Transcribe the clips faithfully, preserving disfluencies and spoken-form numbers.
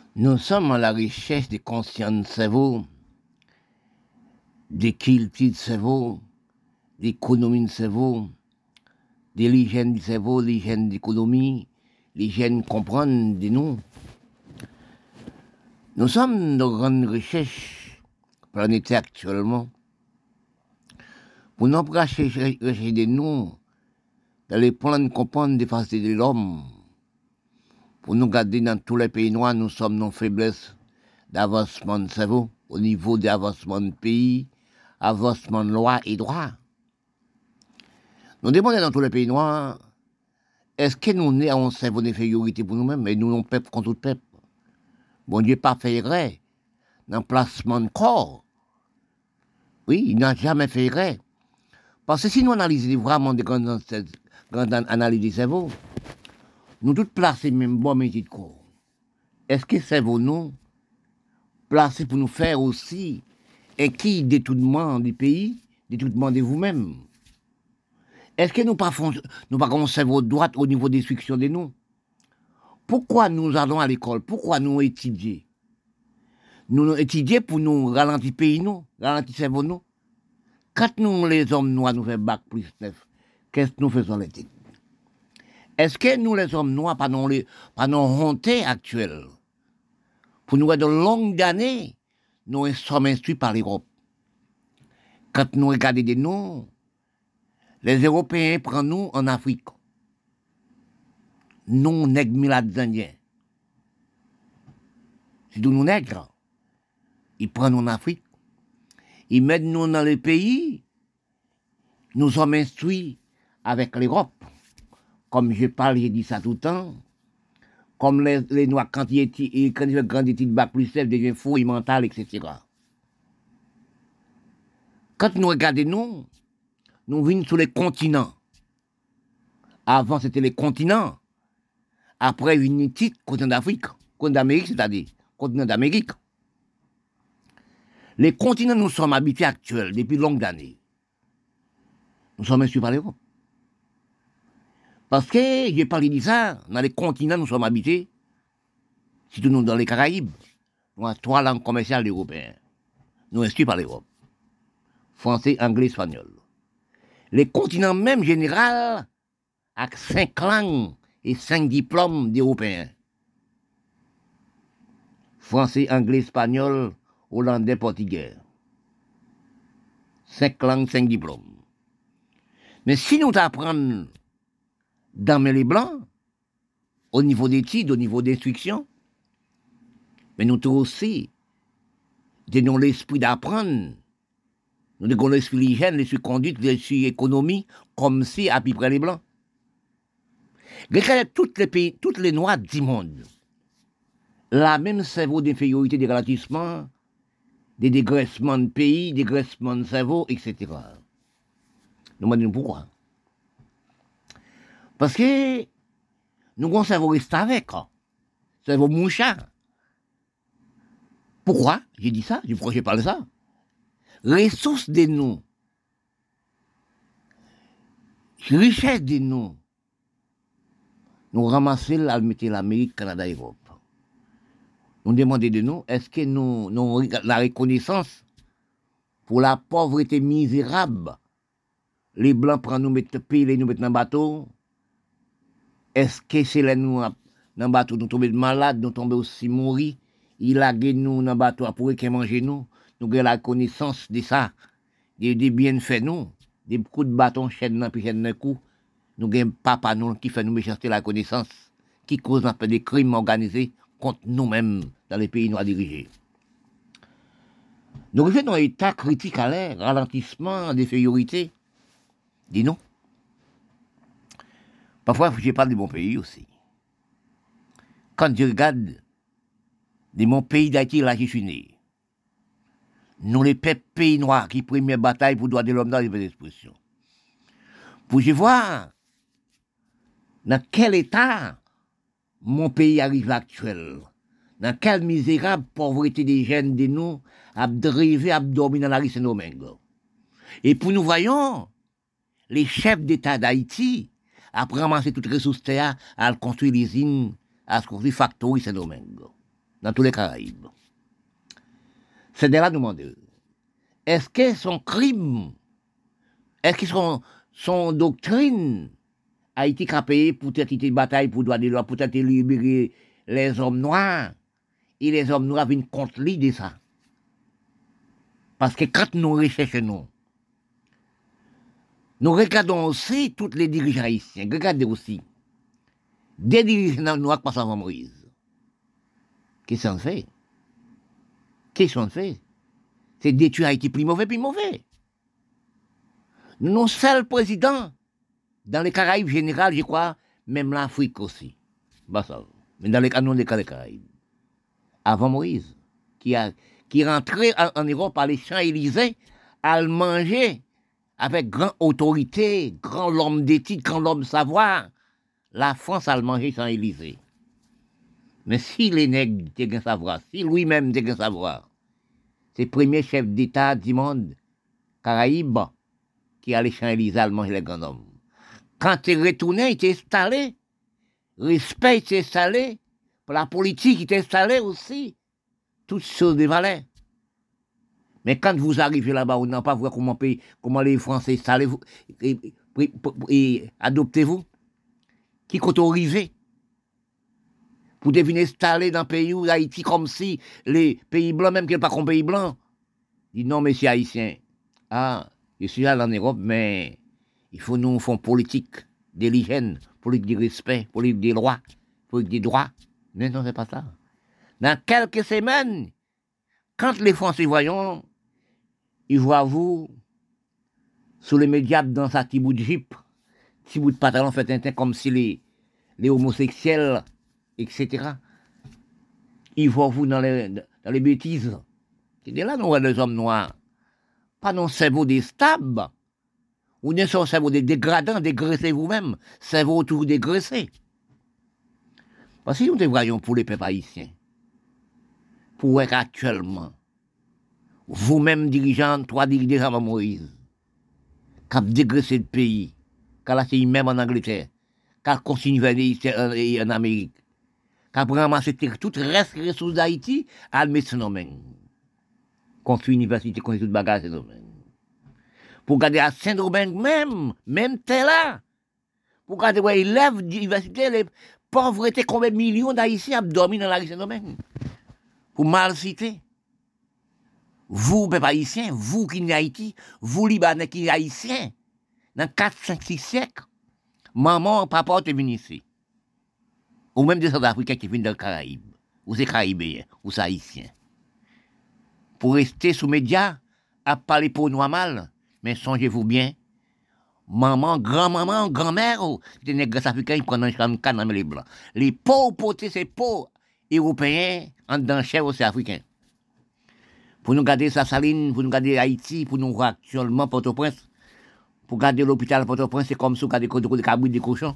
Nous sommes à la recherche des conscients de cerveau, des qualités de cerveau, d'économie de cerveau, de l'hygiène du cerveau, l'hygiène de l'économie, l'hygiène comprendre de nous. Nous sommes dans grandes recherches planétaires actuellement pour nous rechercher de nous dans les plans de comprendre des facettes de l'homme. Pour nous garder dans tous les pays noirs, nous sommes nos faiblesses d'avancement de cerveau, au niveau d'avancement de pays, avancement de loi et droit. Nous demandons dans tous les pays noirs, est-ce que nous sommes un cerveau d'infériorité pour nous-mêmes, mais nous sommes peuple contre tout peuple. Bon Dieu pas fait erreur dans le placement de corps. Oui, il n'a jamais fait erreur. Parce que si nous analysons vraiment des grandes, grandes analyses du cerveau, nous tous placés même bon métier de corps. Est-ce que le cerveau nous placé pour nous faire aussi et qui détournement du pays, détournement de vous-même? Est-ce que nous pas nous pas un cerveau droit au niveau des instructions de nous? Pourquoi nous allons à l'école? Pourquoi nous étudions? Nous, nous étudions pour nous ralentir le pays, nous, ralentir le cerveau, nous. Quand nous, les hommes noirs, nous faisons bac plus neuf, qu'est-ce que nous faisons l'étude? Est-ce que nous, les hommes noirs, pas non les, pas non honte actuelle, pour nous, de longues années, nous sommes instruits par l'Europe. Quand nous regardons de nous, les Européens prennent nous en Afrique. Nous, nègres milades indiens. C'est nous nègres. Ils prennent nous en Afrique. Ils mettent nous dans les pays. Nous sommes instruits avec l'Europe. Comme je parle, j'ai dit ça tout le temps. Comme les, les Noirs, quand ils font grande étude bac plus sept, deviennent fous, ils mentales, et cetera. Quand nous regardons nous, nous venons sur les continents. Avant, c'était les continents. Après, une petite continent d'Afrique, continent d'Amérique, c'est-à-dire continent d'Amérique. Les continents, nous sommes habitués actuels depuis longues années. Nous sommes instruits par l'Europe. Parce que, j'ai parlé de ça, dans les continents, nous sommes habités, surtout nous dans les Caraïbes, nous avons trois langues commerciales européennes. Nous instruits par l'Europe. Français, anglais, espagnol. Les continents même général, avec cinq langues et cinq diplômes d'Européens. Français, anglais, espagnol, hollandais, portugais. Cinq langues, cinq diplômes. Mais si nous apprenons dans les blancs, au niveau d'études, au niveau d'instruction, mais nous avons aussi nous l'esprit d'apprendre, nous avons l'esprit l'hygiène, l'esprit conduite, l'esprit économie, comme si à peu près les blancs. Regardez tous les pays, toutes les noirs du monde, la même cerveau d'infériorité, de ralentissement, des dégraissements de pays, dégraissements de cerveau, et cetera. Nous me demandons pourquoi. Parce que nous avons un cerveau resté avec, cerveau mouchard. Pourquoi j'ai dit ça? Pourquoi j'ai parlé de ça? Ressources de nous, richesse de nous, nous ramassons, nous mettons l'Amérique, Canada, Europe. Nous demandons de nous, est-ce que nous, nous la reconnaissance pour la pauvreté misérable, les Blancs prennent nous mettre pile, nous mettent dans le bateau? Est-ce que c'est là nous dans le bateau, nous tombons malades, nous tombons aussi mourir, il a gagné nous dans le bateau pour qu'il mange nous, nous avons la connaissance de ça, des, des bienfaits nous, des coups de bâton, chaîne dans puis chaîne dans coup, nous avons papa nous qui fait nous méchanceté la connaissance, qui cause un peu des crimes organisés contre nous-mêmes dans les pays noirs dirigés. Nous arrivons dans un état critique à l'air, ralentissement, d'infériorité. Dis non. Parfois, je parle de mon pays aussi. Quand je regarde de mon pays d'Haïti, là, je suis né. Nous, les peuples pays noirs qui première bataille pour droit de l'homme dans les expressions. Pour je voir dans quel état mon pays arrive actuel. Dans quelle misérable pauvreté des jeunes de nous a drivé, a dormi dans la rue Saint-Domingue. Et pour nous voyons, les chefs d'État d'Haïti, après ramasser toutes les ressources terres, à construire l'usine, à construire factory Saint-Domingue. dans tous les Caraïbes. C'est de là nous demandons, est-ce que son crime, est-ce que son, son doctrine, Haïti a payé pour être une bataille pour droit de l'homme, pour être libérer les hommes noirs, et les hommes noirs viennent contre lui de ça. Parce que quand nous recherchons, nous, nous regardons aussi tous les dirigeants haïtiens, regardez aussi, des dirigeants noirs qui passent avant Moïse. Qu'est-ce qu'on fait? Qu'est-ce qu'on fait? C'est détruire Haïti plus mauvais, plus mauvais. Nous sommes seuls présidents dans les Caraïbes général, je crois, même l'Afrique aussi. Bah ça, mais dans les canons des Caraïbes. Avant Moïse, qui a qui rentrait en, en Europe par les Champs-Élysées, à le manger avec grande autorité, grand homme d'étude, grand homme savoir. La France a le mangé Champs-Élysées. Mais si les nègres étaient un savoir, si lui-même était un savoir, c'est le premier chef d'État du monde, Caraïbes, qui allait Champs-Élysées à le manger les grands hommes. Quand il retournait, il était installé. Respect était installé. Pour la politique, il était installé aussi. Toutes choses des valets. Mais quand vous arrivez là-bas, on n'a pas vu comment, comment les Français installent, et, et, et adoptez-vous. Qui qu'autorisé pour devenir installé dans le pays où Haïti comme si les pays blancs, même qu'ils ne pas comme pays blanc, dit non, mais c'est haïtien. Ah, je suis là en Europe, mais il faut nous faire politique de l'hygiène, politique du respect, politique des lois, politique des droits. Mais non, c'est pas ça. Dans quelques semaines, quand les Français voyons, ils voient vous sous les médias dans sa petit bout de jeep, petit bout de pantalon fait un teint comme si les, les homosexuels, et cetera. Ils voient vous dans les, dans les bêtises. C'est de là nous voyons les hommes noirs. Pas non cerveau des stables. Ou n'est pas cerveau des dégradants, dégraissés vous-même. Cerveau tout dégraissé. Parce que nous te voyons pour les peuples haïtiens. Pour être actuellement, vous-même dirigeants, trois dirigeants avant Moïse, qui ont dégraissé le pays, qui a fait même en Angleterre, qui a continué en Amérique, qui a ramassé tout le reste des ressources d'Haïti, à le mettre son nom. Construire une université, construire tout le bagage, c'est pour garder à Saint-Domingue même, même tel là, pour garder où il lève l'université, les pauvretés, combien de millions d'Haïtiens ont dormi dans la rue Saint-Domingue. Pour mal citer. Vous, peuple haïtien, vous qui n'êtes Haïti, vous, Libanais qui êtes haïtiens, dans quatre, cinq, six siècles, maman, papa, est venu ici. Ou même des Sud-Africains qui viennent dans le Caraïbe, ou c'est Caribéens, ou c'est Haïtiens. Pour rester sous médias, à parler pour nous mal, mais songez-vous bien, maman, grand-maman, grand-mère, c'était des nègres africains qui prennent un canne dans les blancs. Les pauvres potés, c'est pauvres européens, en dedans chèvres aussi africains. Pour nous garder sa saline, pour nous garder Haïti, pour nous voir actuellement Port-au-Prince, pour garder l'hôpital Port-au-Prince, c'est comme si on gardait des cabris des cochons.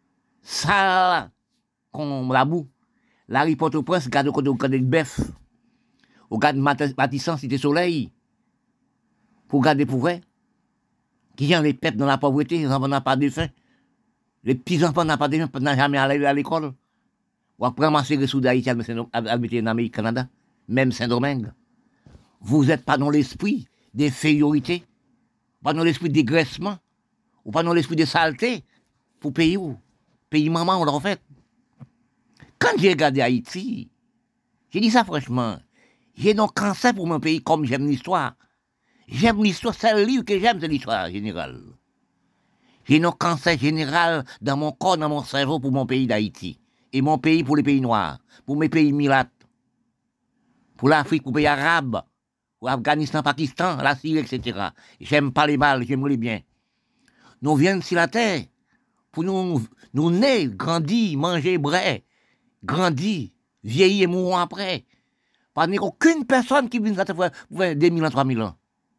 Ça, comme la boue. La rue Port-au-Prince, garde des bœufs. On garde Matissan, Cité Soleil. Pour garder pour vrai. Qui ont les peuples dans la pauvreté, les enfants n'ont pas de faim. Les petits-enfants n'ont pas de faim, n'ont jamais allé à l'école. Ou après ramasser les sous d'Haïti, à mettre en Amérique, Canada, même Saint-Domingue. Vous n'êtes pas dans l'esprit d'infériorité, pas dans l'esprit de dégraissement, ou pas dans l'esprit de saleté, pour payer où? Pays maman, on l'a fait. Quand j'ai regardé Haïti, j'ai dit ça franchement, j'ai donc cancer pour mon pays comme j'aime l'histoire. J'aime l'histoire, c'est le livre que j'aime, c'est l'histoire générale. J'ai donc cancer général dans mon corps, dans mon cerveau pour mon pays d'Haïti. Et mon pays pour les pays noirs, pour mes pays milates, pour l'Afrique, pour les pays arabes, pour l'Afghanistan, Pakistan, la Syrie, et cetera. J'aime pas les mal, j'aime les bien. Nous venons sur la terre pour nous, nous naître, grandir, manger, brais, grandir, vieillir et mourir après. Pas aucune personne qui vient pour deux mille ans, trois mille ans.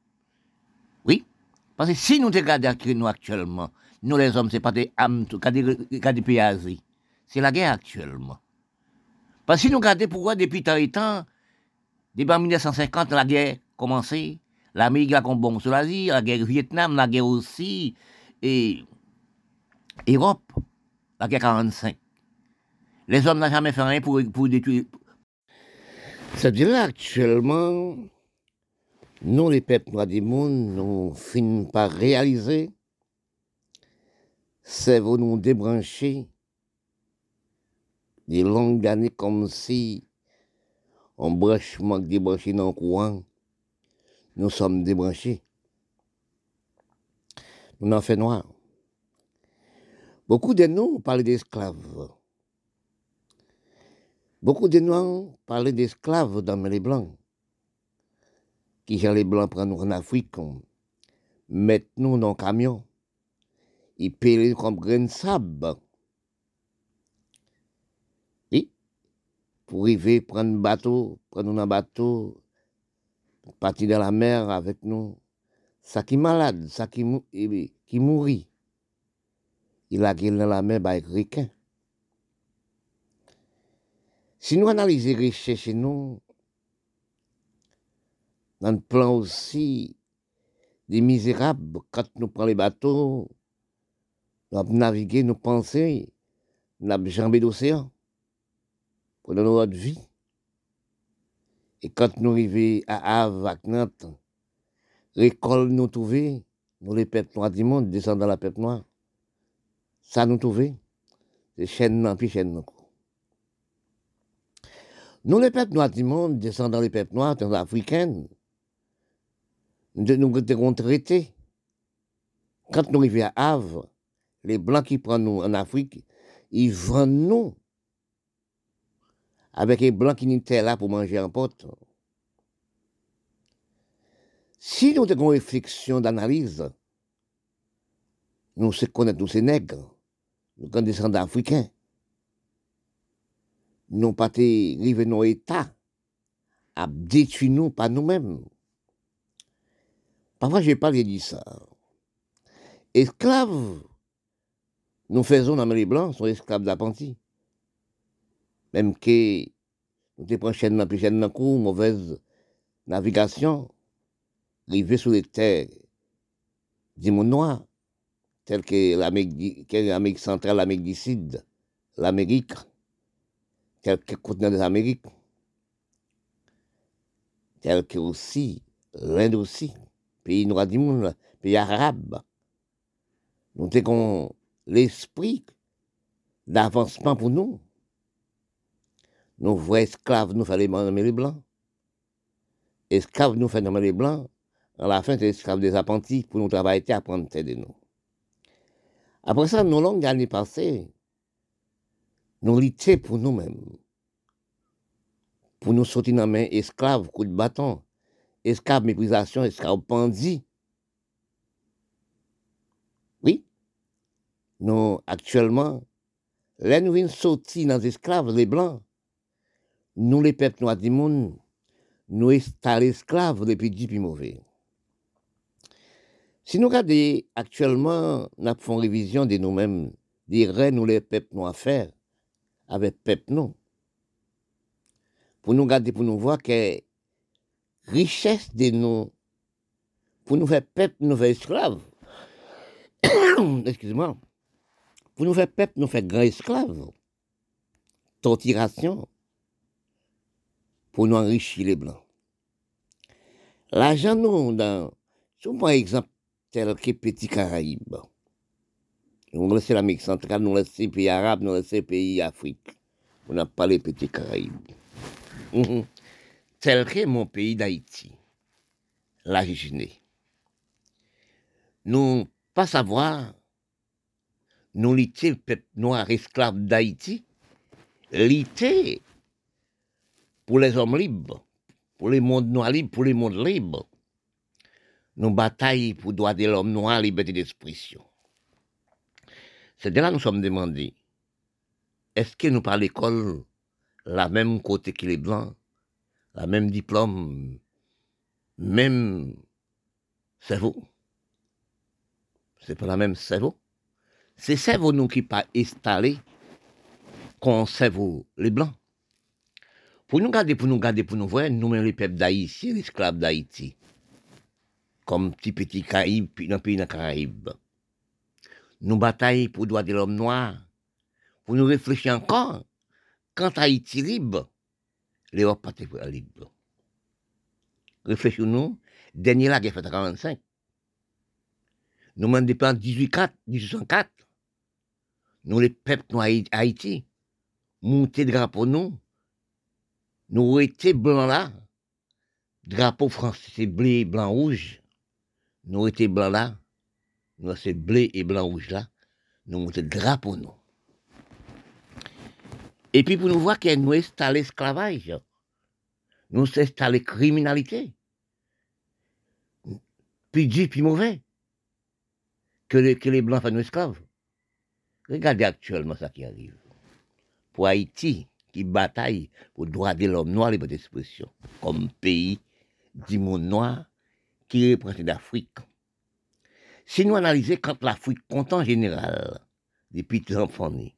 Oui, parce que si nous regardons nous actuellement, nous les hommes, ce n'est pas des âmes, des pays Asie. C'est la guerre actuellement. Parce que si nous regardons pourquoi depuis tant et temps, depuis mille neuf cent cinquante, la guerre a commencé, l'Amérique a combattu sur l'Asie, la guerre Vietnam, la guerre aussi, et Europe, la guerre quarante-cinq. Les hommes n'ont jamais fait rien pour, pour détruire. C'est-à-dire actuellement, nous, les peuples noirs du monde, nous finissons par réaliser, c'est vous nous débrancher des longues années comme si on branchement débranché dans le courant, nous sommes débranchés. Nous en fait noir. Beaucoup de nous parlent d'esclaves. Beaucoup de nous parlent d'esclaves dans les blancs. Qui j'ai les blancs prennent nous en Afrique, mettent nous dans le camion, ils payent comme grain de sable. Oui, pour arriver, prendre un bateau, prendre un bateau, partir dans la mer avec nous. Ça qui est malade, ça qui, mou qui mourit. Il a gagné dans la mer avec les requins. Si nous analysons les richesses chez nous, dans le plan aussi des misérables, quand nous prenons les bateaux, nous naviguer, nous penser, nous avons jambé d'océan pour notre vie. Et quand nous arrivons à Havre, à Nantes, l'école nous trouver, nous les peuples noirs du monde, descendons dans la peuple noire. Ça nous trouver, c'est chaîne non, puis chaîne non. Nous les peuples noirs du monde, descendons dans les peuples noirs, dans africaines, nous nous avons traité. Quand nous arrivons à Havre, les blancs qui prennent nous en Afrique, ils vendent nous avec les blancs qui étaient là pour manger en pote. Si nous avons une réflexion d'analyse, nous se connaissons tous ces nègres, nous sommes descendants africains. Nous pas arrivés dans l'État à détruire nous par nous-mêmes. Parfois, je n'ai pas dit ça. Esclaves, nous faisons dans les blancs, sont esclaves d'apprentis. Même que nous te prenons chaîne dans la chaîne dans le coup, mauvaise navigation, arriver sur les terres du monde noir, telles que l'Amérique centrale, l'Amérique du Sud, l'Amérique, tel que le continent des Amériques, tel que aussi l'Inde aussi, pays noirs du monde, pays arabes. Nous avons l'esprit d'avancement pour nous. Nous vrais esclaves nous fallait nommer les blancs. Esclaves nous fait nommer les blancs. À la fin, c'est esclaves des apprentis pour nous travailler et apprendre de nous. Après ça, nos longues années passées, nous luttons pour nous-mêmes. Pour nous sortir dans la main esclaves, coup de bâton, esclaves méprisation, esclaves pendis. Oui, nous, actuellement, là, nous venons sortir dans les esclaves, les blancs. Nous, les peuples noirs du monde, nous installons esclaves depuis dix puis mauvais. Si nous regardons actuellement, nous faisons révision de nous-mêmes, des rêves, nous, les peuples noirs faire, avec peuple nous. Pour nous garder, pour nous voir que richesse de nous, pour nous faire peuple, nous faire esclaves. Excusez-moi. Pour nous faire peuple, nous faire grand esclaves. Torturation. Pour nous enrichir les blancs. L'argent, nous, dans, si on prend exemple tel que Petit Caraïbes, nous laissons l'Amérique centrale, nous laissons les pays arabes, nous laissons les pays Afrique. On n'a pas les Petits Caraïbes. Mmh. Tel que mon pays d'Haïti, l'origine. Nous, pas savoir, nous luttons le peuple noir esclave d'Haïti, lutter pour les hommes libres, pour les mondes noirs libres, pour les mondes libres. Nous bataillons pour le droit de l'homme noir, liberté d'expression. C'est de là que nous sommes demandés, est-ce que nous, par l'école, la même côté que les blancs, la même diplôme, même cerveau? C'est pas la même cerveau. C'est cerveau nous qui pas installé qu'on cerveau les blancs. Pour nous garder, pour nous garder, pour nous voir, nous-mêmes les peuples d'Haïti, les esclaves d'Haïti, comme petit petit Caraïbes, puis dans le pays de Caraïbes. Nous bataillons pour le droit de l'homme noir, pour nous réfléchir encore, quand Haïti libre, l'Europe partait pour la Ligue blanche. Réfléchissons-nous, dernier la guerre faite en quarante-cinq. Nous m'en dépendons dix-huit cent quatre. Nous, les peuples nous Haïti, monter drapeau nous, nous étions blancs là, drapeau français, c'est bleu, blanc, rouge. Nous étions blancs là, nous c'est bleu et blanc, rouge là, nous monter drapeau nous. Et puis pour nous voir qu'il nous installe l'esclavage, nous installe la criminalité, puis dit, puis mauvais, que les, que les blancs fassent nous esclaves. Regardez actuellement ça qui arrive. Pour Haïti, qui bataille pour le droit de l'homme noir et liberté d'expression, comme pays du monde noir qui représente l'Afrique. Si nous analysons quand l'Afrique compte en général, des petits enfants nés,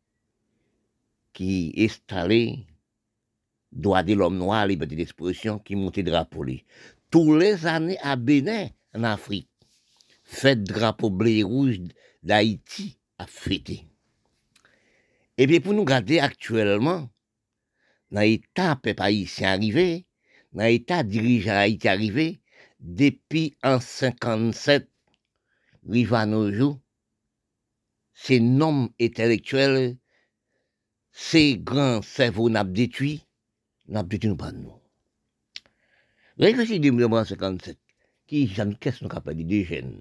qui installé droit de l'homme noir, liberté d'expression, qui montait drapeau. Tous les années à Bénin, en Afrique, fête drapeau bleu et rouge d'Haïti à fêter. Et bien pour nous garder actuellement, dans l'état peuple haïtien arrivé, dans l'état dirigeant Haïti arrivé, depuis en cinquante-sept, arrivé à nos jours, ces noms intellectuels, ces grands cerveaux n'a détruit, n'a détruit nous pas nous. Réfléchissez en mille neuf cent cinquante-sept, qui qu'est-ce que nous avons dit des jeunes?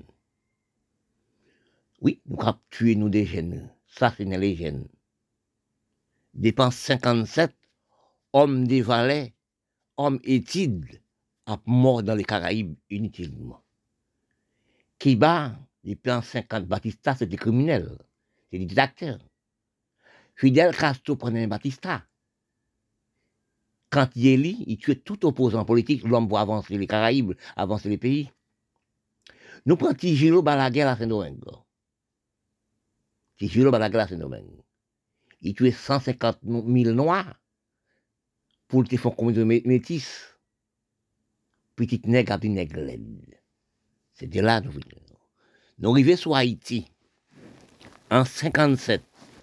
Oui, nous avons tué nous des jeunes, ça c'est les jeunes. Depuis cinquante-sept, hommes des valets, hommes études, a mort dans les Caraïbes inutilement. Kiba, depuis en cinquante, Batista, c'était criminel, c'est des dictateurs. Fidel Castro prenait Batista. Quand il est élu, il tuait tout opposant politique, l'homme pour avancer les Caraïbes, avancer les pays. Nous prenons Tigilo Balaguer à Saint-Domingue. Tigilo Balaguer à Saint-Domingue. Il tuait cent cinquante mille noirs pour le faire comme de métis. Petite nègre à petite nègre laide. C'était là nous venions. Nous arrivons sur Haïti en cinquante-sept.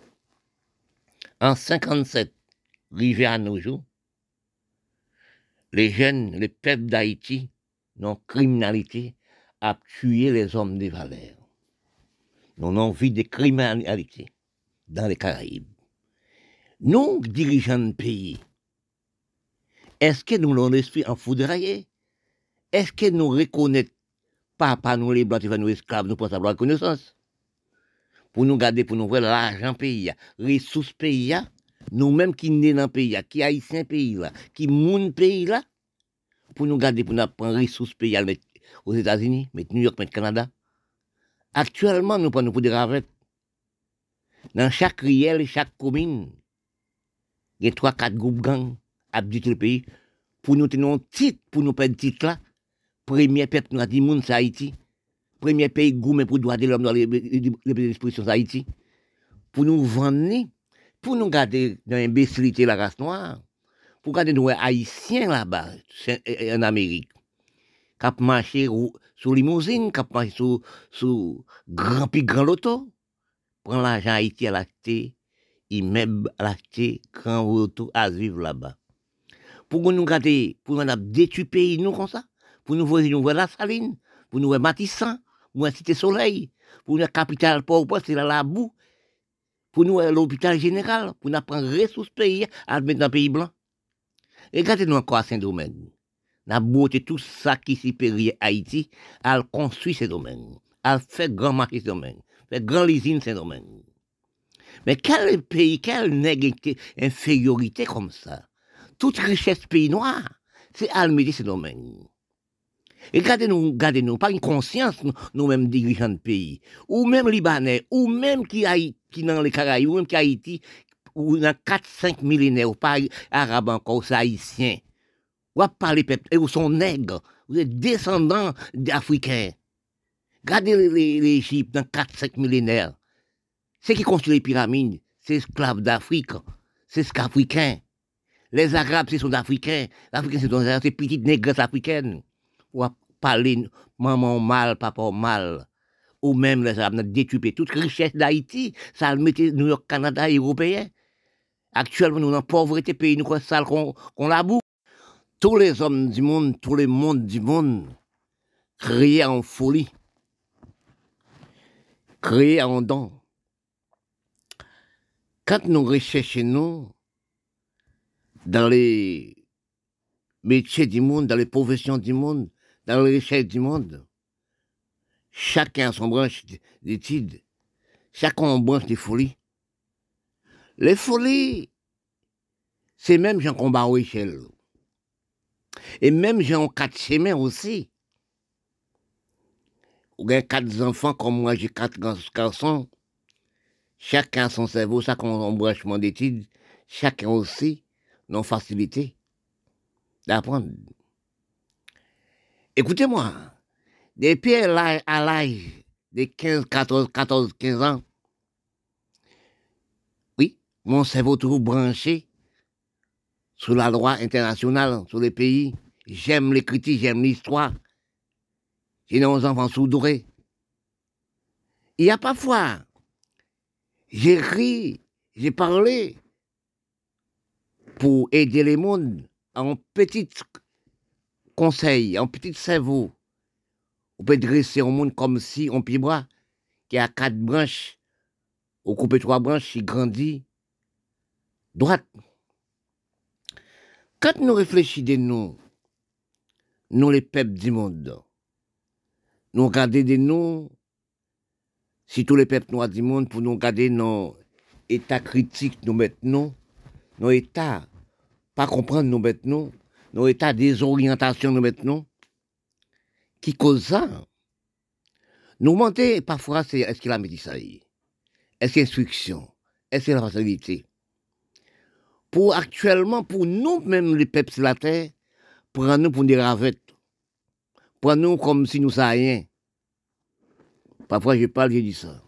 En cinquante-sept, arrivé à nos jours, les jeunes, les peuples d'Haïti, non criminalité, a tué les hommes des valeurs. Nous avons vu des criminalités dans les Caraïbes. Nous, dirigeants de pays, est-ce que nous avons l'esprit enfoudré? Est-ce que nous reconnaissons pas, pas nous les blancs, nous esclaves, nous pensons avoir connaissance? Pour nous garder, pour nous voir l'argent pays, les ressources pays, nous-mêmes qui sommes dans le pays, qui haïtiens pays là, qui moun pays là, pour nous garder, pour nous prendre les ressources pays aux États-Unis, mettre New York, mettre Canada. Actuellement, nous prenons pour des ravettes. Dans chaque riel, chaque commune, il y a trois, quatre groupes gangs habiter le pays. Pour nous tenir un titre, pour nous perdre titre là, premier peuple nous a dit, moun, c'est Haïti. Premier pays gourmet pour droit de l'homme dans les dispositions d'Haïti. Pour nous vendre, pour nous garder dans l'imbécilité la race noire, pour garder nos haïtiens là-bas, en Amérique, qui ont marché sur limousine, qui ont marché sur, sur grand puis grand loto, prendre l'argent Haïti à l'acheter, immeuble à l'acheter, grand loto à vivre là-bas. Pour nous garder, pour nous détruire le pays, nous comme ça, pour nous voir, nous voir la saline, pour nous voir Matissan, pour nous Cité Soleil, pour nous capitale Port-au-Prince, c'est là la boue, pour nous l'hôpital général, pour nous prendre ressources pays à mettre dans le pays blanc. Regardez-nous encore à Saint-Domingue. Nous avons beauté tout ça qui s'y périt Haïti, à construire ces domaines, à faire grand marché ces domaines, faire grand usine ces domaines. Mais quel pays, quelle négalité, infériorité comme ça? Toute richesse pays noir, c'est à mettre ces domaines. Regardez-nous, regardez-nous, pas une conscience, nous, nous-mêmes dirigeants de pays, ou même Libanais, ou même qui Haïti, qui dans les Caraïbes, ou même qui Haïti, ou dans quatre cinq millénaires, ou pas arabes encore, c'est haïtien. Ou pas les peuples, ou sont nègres, vous êtes descendants d'Africains. Regardez l'Égypte dans quatre cinq millénaires. C'est qui construit les pyramides, c'est esclaves d'Afrique, c'est ce qu'Africains. Les Arabes, ce sont Africains. Les Africains, c'est des petites négresses africaines. Ou à parler maman mal, papa mal. Ou même les Arabes ont détruit toute richesse d'Haïti. Ça a mis New York, Canada, Européen. Actuellement, nous, dans la pauvreté, pays, nous, quoi, sale qu'on qu'on la boue. Tous les hommes du monde, tous les mondes du monde, créés en folie, créés en don. Quand nous recherchons, nous, dans les métiers du monde, dans les professions du monde, dans les richesses du monde, chacun a son branche d'études, chacun a une branche de folie. Les folies, c'est même Jean Combat Richel. Et même Jean quatre chemins aussi. Ou bien quatre enfants, comme moi j'ai quatre garçons. Chacun a son cerveau, chacun a son branchement d'études, chacun aussi non facilité d'apprendre. Écoutez-moi, depuis à l'âge de quinze, quatorze, quatorze, quinze ans, oui, mon cerveau toujours branché sur la loi internationale, sur les pays. J'aime l'écriture, j'aime l'histoire. J'ai des enfants soudurés. Il y a parfois, j'ai ri, j'ai parlé pour aider les mondes en petit conseil, en petit cerveau. On peut dresser un monde comme si on pied bras, qui a quatre branches, on coupe trois branches, il grandit droite. Quand nous réfléchissons de nous, nous les peuples du monde, nous regardons de nous, si tous les peuples noirs du monde, pour nous regarder nos états critiques, nous mettons, nos états, pas comprendre nous mettons, nos états désorientation nous mettons, qui cause ça? Nous demandons parfois, c'est est-ce qu'il a médecine? Est-ce qu'il y a instruction? Est-ce qu'il y a la facilité? Pour actuellement, pour nous-mêmes, les peuples sur la terre, prendre-nous pour des ravettes. Prendre-nous comme si nous ne savions rien. Parfois, je parle, je dis ça.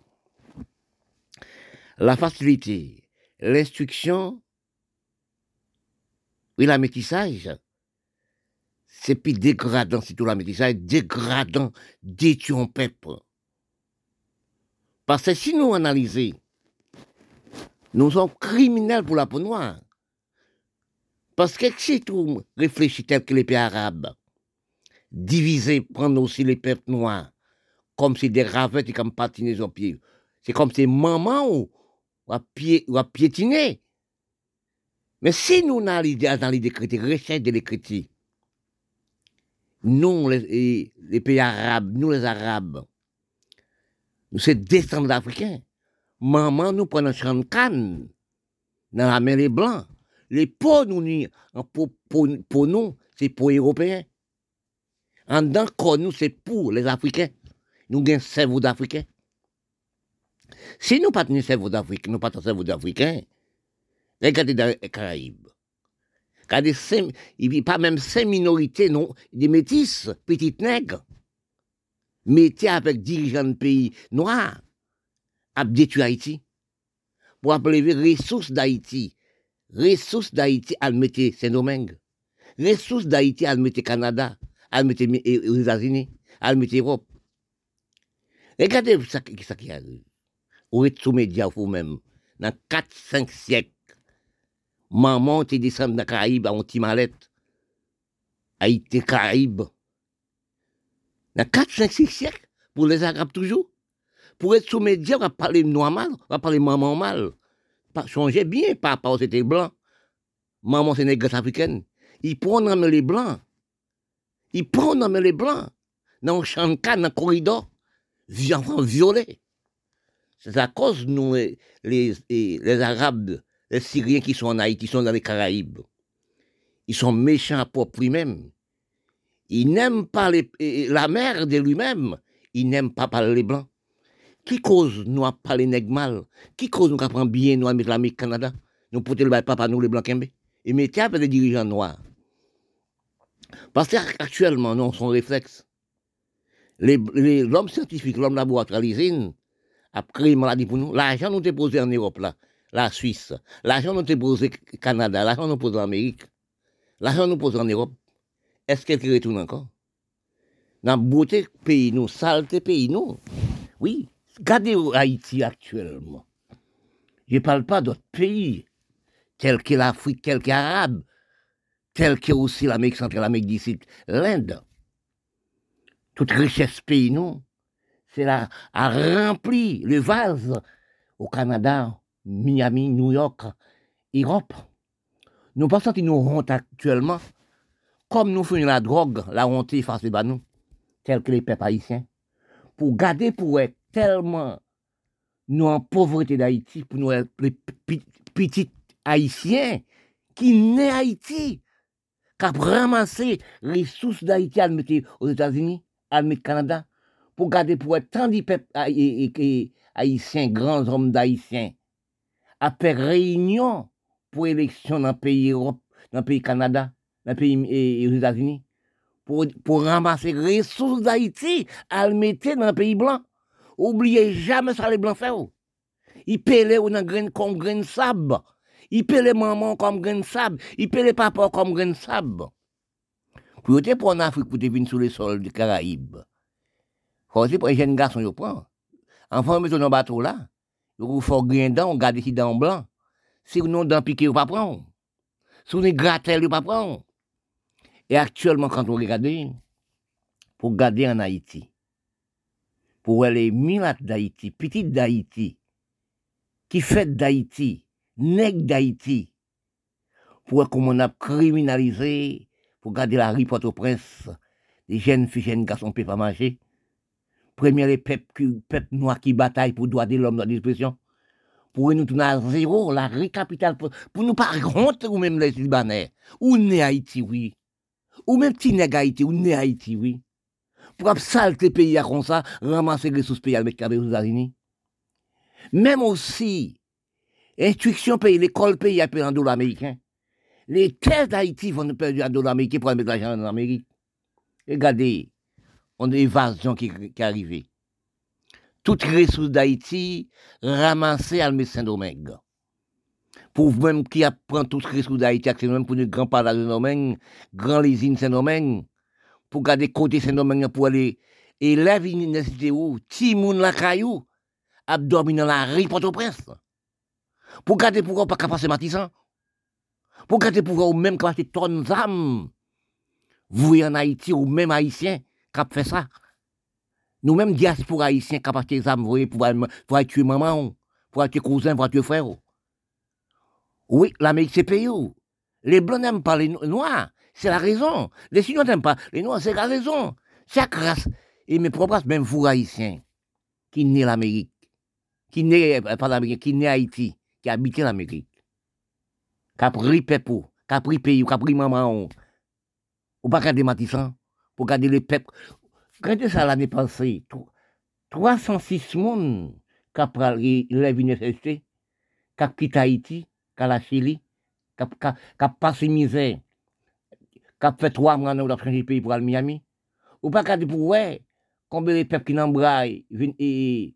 La facilité, l'instruction, oui, la métissage, c'est plus dégradant, c'est tout la métissage, dégradant, détruit un peuple. Parce que si nous analysons, nous sommes criminels pour la peau noire. Parce que si tout réfléchit tel que les pays arabes, diviser, prendre aussi les peuples noirs, comme si des ravettes et comme patiner sur pied. C'est comme si maman ou, ou, à pied, ou à piétiner. Mais si nous avons l'idée dans l'idée critique, recherche de l'écriture, nous, les, les pays arabes, nous les arabes, nous sommes descendants d'Africains. Maman nous prend un champ de canne, dans la main les blancs. Les peaux, nous, pour, pour, pour nous, c'est pour les Européens. En dedans, nous, c'est pour les Africains. Nous avons un cerveau d'Africains. Si nous n'avons pas un cerveau d'Africain, nous n'avons pas un cerveau d'Africain, regardez dans les Caraïbes. Regardez, il n'y a pas même cinq minorités, non, des métis, petites nègres, mettez avec dirigeants de pays noirs, à détruire Haïti. Pour appeler les ressources d'Haïti. Ressources d'Haïti, à le mettre Saint-Domingue. Ressources d'Haïti, à le mettre Canada, à le mettre aux États-Unis, à le mettre Europe. Regardez ce qui arrive. Ou êtes sous médias vous-même. Dans quatre cinq siècles, maman te descend dans les Caraïbes en Timalette. Haïti, Caraïbes. Dans quatre cinq six siècles, pour les Arabes toujours. Pour être sous médias, on va parler noir mal, on va parler maman mal. Changez bien par rapport aux c'était blancs. Maman, c'est nègre africaine. Ils prennent les blancs. Ils prennent les blancs. Dans le champ de canne, dans le corridor. Enfants violés. C'est à cause de nous, les, les, les Arabes, les Syriens qui sont en Haïti, qui sont dans les Caraïbes. Ils sont méchants à propre lui-même. Ils n'aiment pas les, la mer de lui-même. Ils n'aiment pas parler les Blancs. Qui cause nous à parler nègres mal? Qui cause nous à prendre bien nous à mettre l'Amérique Canada? Nous porter le bail pas nous les Blancs Kembe. Et mettez avec les dirigeants noirs. Parce qu'actuellement, nous, son réflexe. L'homme scientifique, l'homme laboratoire, l'usine, a créé une maladie pour nous. L'argent nous est posé en Europe, là, la Suisse. L'argent nous est posé au Canada. L'argent nous pose en Amérique. L'argent nous pose en Europe. Est-ce qu'elle retourne encore? Dans beauté pays, nous, saleté pays, nous. Oui. Regardez Haïti actuellement. Je ne parle pas d'autres pays. tel que l'Afrique, tel que l'Arabe, tel que aussi l'Amérique centrale, l'Amérique du Sud, l'Inde. Toute richesse pays, nous, c'est là, à remplir le vase au Canada, Miami, New York, Europe. Nous pensons que nous honte actuellement, comme nous faisons la drogue, la honte face à nous, tel que les peuples haïtiens, pour garder pour être tellement nous en pauvreté d'Haïti, pour nous être les petits haïtiens qui naissent Haïti, qui ont ramassé les ressources d'Haïti à le mettre aux États-Unis, à le mettre au Canada, pour garder pour être tant de peuples haïtiens, grands hommes d'Haïtiens, à faire réunion pour élection dans le pays Europe, dans le pays Canada, dans le pays et, aux États-Unis, pour, pour ramasser les ressources d'Haïti à le mettre dans le pays blanc. Oubliez jamais ça les blancs font. Ils pèlent dans grain comme grain de sable. Ils pèlent maman comme grain de sable. Ils pèlent papa comme grain de sable. Pour être pour en Afrique, pour venir sur le sol des Caraïbes. Faut aussi pour les jeunes garçons, ils prennent. Enfants, ils mettent dans le bateau là. Ils font grain dents, on garde ici dans blanc. Si vous n'avez pas piqué, vous ne pouvez pas prendre. Si vous n'avez pas gratté, vous ne pouvez pas prendre. Et actuellement, quand on regarde, pour garder en Haïti, pour les milates d'Haïti, petites d'Haïti, qui fait d'Haïti, nègres d'Haïti, pour comment on a criminalisé, pour garder la rue Port-au-Prince, les jeunes filles, jeunes garçons ne peuvent pas marcher. Premier, les peuples noirs qui bataillent pour droit de l'homme dans l'expression. Pour nous tourner à zéro, la rue capitale, pour, pour nous pas honte, ou même les Libanais, ou né Haïti, oui. Ou même petit nègre Haïti, ou né Haïti, oui. Pour salter le pays comme ça, ramasser les ressources pays avec les États-Unis. Même aussi, instruction pays, l'école pays a payé en dollars américains. Les terres d'Haïti vont nous perdre en dollars américains pour mettre l'argent en Amérique. Regardez, on a une évasion qui, qui est arrivée. Toutes les ressources d'Haïti ramassées à le Saint-Domingue. Pour même qui apprend toutes les ressources d'Haïti, même pour le grand palace de Saint-Domingue, grand usine Saint-Domingue, pour garder côté Saint-Domingue pour aller élèves l'université où Timoun la caillou a dormi dans la rue Port-au-Prince. Pour garder pourquoi pas passer Matissan. Pour garder pourquoi ou même passer tonnes d'âmes. Vous en Haïti ou même haïtien qui a fait ça. Nous même diaspora haïtien qui a passé des âmes pour pour tuer maman, pour tuer cousin, pour tuer frère. Oui, l'Amérique c'est pays. Les blancs n'aiment pas les noirs. C'est la raison. Les Chinois n'aiment pas. Les Noirs, c'est la raison. Chaque race. Et mes propres races, même vous, Haïtiens, qui naissent l'Amérique, qui naissent, pas l'Amérique, qui naissent Haïti, qui habitent l'Amérique, qui a pris peuple, qui a pris pays, qui a pris maman, ou pas garder Matissan, pour garder le peuple. Regardez ça l'année passée. trois cent six personnes qui ont pris l'université, qui ont quitté Haïti, qui ont lâché Chili, qui ont passé misère. Qui a fait trois mois dans le pays pour aller à Miami. Ou pas qu'à dire pour ouais, combien de peuples qui n'embraillent, et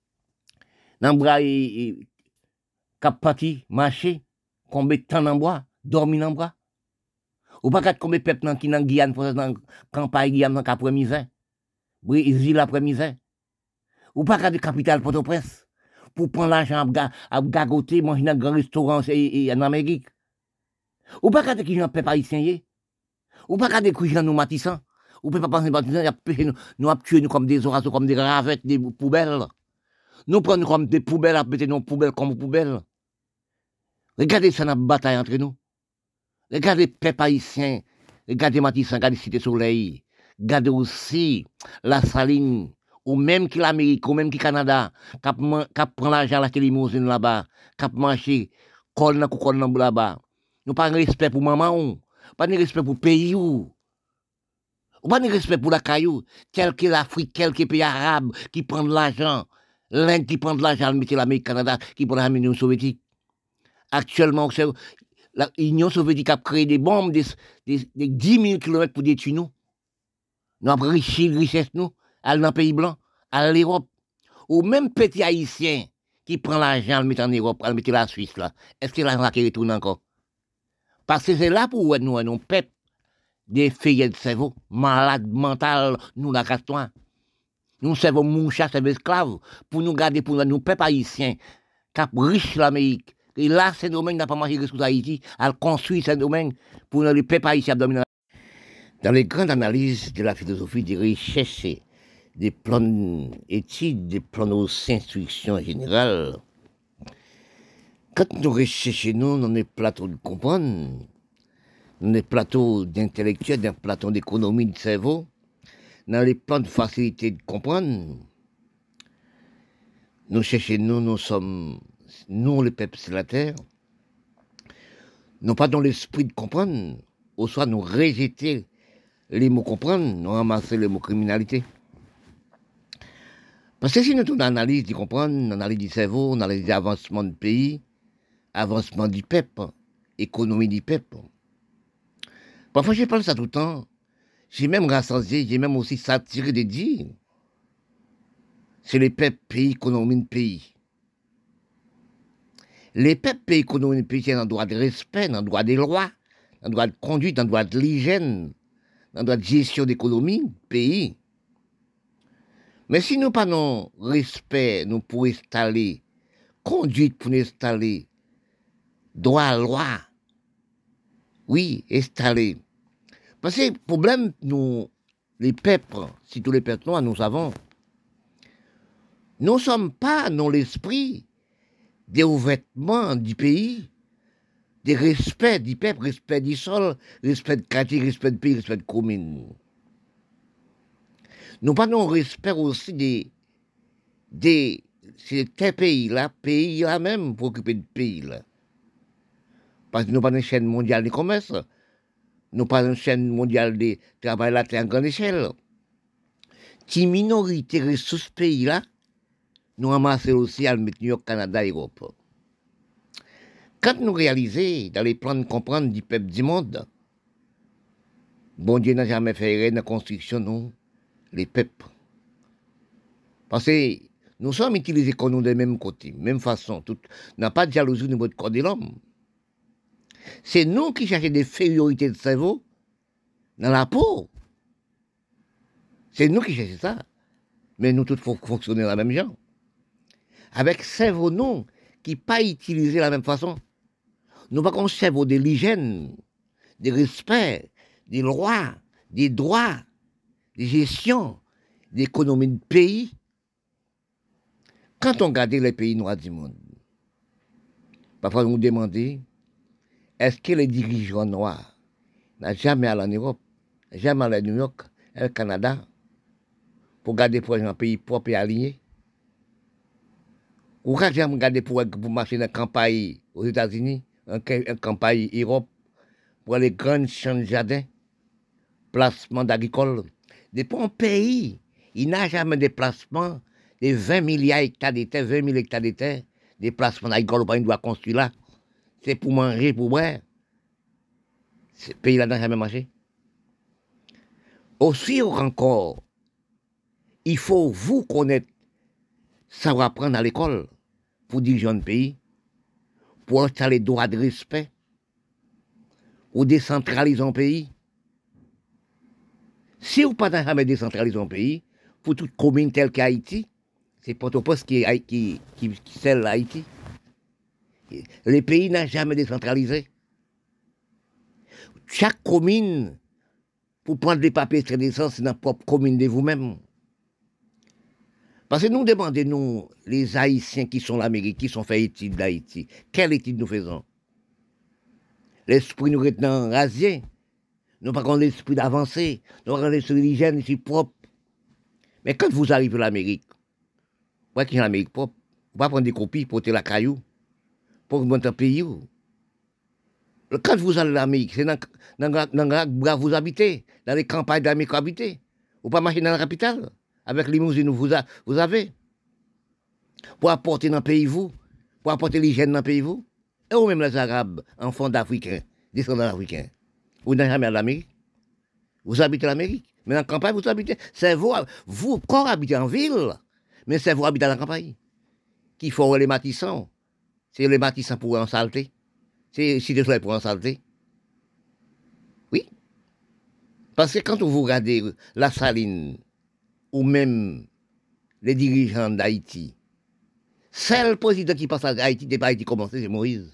n'embraillent, qui a parti, marché, combien de temps n'embraillent, dormi n'embraillent. Ou pas qu'à dire combien de peuples qui n'en Guyane, dans la campagne Guyane, dans la misère, Brésil après misère. Ou pas qu'à dire capitale Port-au-Prince, pour prendre l'argent à gagoter, manger dans un grand restaurant en Amérique. Ou pas qu'à dire qu'ils n'ont pas haïtien. Ou pas qu'à découvrir nous Matissan. Ou peut pas penser Matissan, nous, nous tuer nous comme des oiseaux, comme des ravettes, des poubelles. Nous prenons comme des poubelles, à péter nos poubelles comme poubelles. Regardez ça, notre bataille entre nous. Regardez les peuples haïtiens. Regardez Matissan, regardez Cité Soleil. Regardez aussi la Saline, ou même qui l'Amérique, ou même qui Canada, qui prend l'argent à la limousine là-bas, qui marché, col dans col là-bas. Nous pas de respect pour maman. Pas de respect pour le pays ou. Pas de respect pour la caillou. Tel que l'Afrique, tel que les pays arabes qui prennent de l'argent. L'Inde qui prend de l'argent, mettre l'Amérique, Canada, qui prend l'Union soviétique. Actuellement, l'Union soviétique a créé des bombes de dix mille kilomètres pour détruire nous. Nous avons enrichi la richesse, nous, aller dans le pays blanc, à l'Europe. Ou même petit haïtien qui prend l'argent, le met en Europe, le met la Suisse, là. Est-ce que l'argent qui retourne encore? Parce que c'est là pour nous, nous, peuple, des filles de cerveau, malades mentales, nous, la casse-toi. Nous, sommes mouchas, c'est esclaves, pour nous garder, pour nous, peuple haïtien, qui a riche l'Amérique, Et là, Saint-Domingue n'a pas marché sur Haïti, elle construit Saint-Domingue pour le peuple haïtien dominant. Dans les grandes analyses de la philosophie, de rechercher des plans d'études, des plans d'instruction générale, quand nous recherchons nous, dans les plateaux de comprendre, dans les plateaux d'intellectuels, dans les plateaux d'économie du cerveau, dans les plans de facilité de comprendre, nous cherchons nous, nous sommes, nous les peuples sur la terre, non pas dans l'esprit de comprendre, ou soit nous rejeter les mots comprendre, nous ramasser les mots criminalité. Parce que si nous avons une analyse de comprendre, une analyse du cerveau, une analyse de l'avancement du pays, avancement du peuple, économie du peuple. Parfois, je parle ça tout le temps. J'ai même rassemblé, j'ai même aussi satiré de dire. C'est les peuples, pays, économie du pays. Les peuples, pays, économie du pays, c'est un droit de respect, un droit des lois, un droit de conduite, un droit de l'hygiène, un droit de gestion d'économie, pays. Mais si nous pas non respect, nous pour installer, conduite pour installer, droit, loi, oui, installer. Parce que le problème, nous, les peuples, si tous les peuples noirs, nous avons, nous ne sommes pas dans l'esprit des revêtements du pays, des respects du peuple, respect du sol, respect de quartier, respect de pays, respect de commune. Nous pas non respect aussi des, des ces pays-là, pays-là même, pour occuper de pays-là. Parce que nous pas une chaîne mondiale de commerce, nous pas une chaîne mondiale de travail là à grande échelle. Si minorité ressources ce pays-là, nous ramassons aussi à mettre New York, Canada, Europe. Quand nous réalisons, dans les plans de comprendre du peuple du monde, bon Dieu n'a jamais fait rien dans la construction, nous, les peuples. Parce que nous sommes utilisés comme nous de même côté, même façon. Tout n'a pas de jalousie au niveau du corps de l'homme. C'est nous qui cherchons des infériorités de cerveau dans la peau. C'est nous qui cherchons ça. Mais nous tous fonctionnons de la même genre. Avec cerveau, nous, qui pas utilisé de la même façon. Nous pas qu'on cerveau de l'hygiène, des respects, des lois, des droits, des gestions, d'économie de pays. Quand on regarde les pays noirs du monde, parfois on nous demande, est-ce que les dirigeants noirs n'ont jamais allé en Europe, jamais allé à New York, au Canada, pour garder pour un pays propre et aligné? Ou quand jamais regarder pour, pour marcher dans la campagne aux États-Unis, en campagne Europe, pour les grandes champs de jardin, placement d'agricoles. Depuis un pays, il n'a jamais de placement de vingt milliards d'hectares de terre, vingt mille hectares de terre, des placements agricoles, il doit construire là. C'est pour manger, pour boire. Ce pays-là n'a jamais marché. Aussi encore, il faut vous connaître, savoir apprendre à l'école pour diriger un pays, pour installer droit de respect, ou décentraliser un pays. Si vous ne jamais décentraliser un pays, pour toute commune telle qu'Haïti, c'est Port-au-Prince qui est qui, qui, qui scelle Haïti. Les pays n'ont jamais décentralisé. Chaque commune, pour prendre des papiers de naissance, c'est dans la propre commune de vous-même. Parce que nous demandons, nous, les Haïtiens qui sont l'Amérique, qui sont fait études d'Haïti, quelle étude nous faisons? L'esprit nous retenant rasier. Nous n'avons pas l'esprit d'avancer. Nous n'avons pas l'esprit d'hygiène ici propre. Mais quand vous arrivez à l'Amérique, vous voyez qu'il y a l'Amérique propre, vous ne pouvez pas prendre des copies pour porter la caillou, pour monter un pays. Quand vous allez à l'Amérique, c'est dans, dans, dans, dans vous habitez, dans les campagnes d'Amérique habitées. Vous ne pouvez pas marcher dans la capitale, avec les limousines que vous, vous avez. Pour apporter dans le pays, vous, pour apporter l'hygiène dans le pays, vous. Et ou même les Arabes, enfants d'Africains, descendants d'Africains. Vous n'êtes jamais à l'Amérique. Vous habitez l'Amérique. Mais dans la campagne, vous habitez. C'est vous, vous, encore habitez en ville, mais c'est vous habitez dans la campagne. Qui font les matissants. C'est les matissants pour en saleté. C'est si soleil pour en saleté. Oui. Parce que quand vous regardez la Saline, ou même les dirigeants d'Haïti, Seul président qui passe à Haïti, depuis Haïti commencé, c'est Moïse.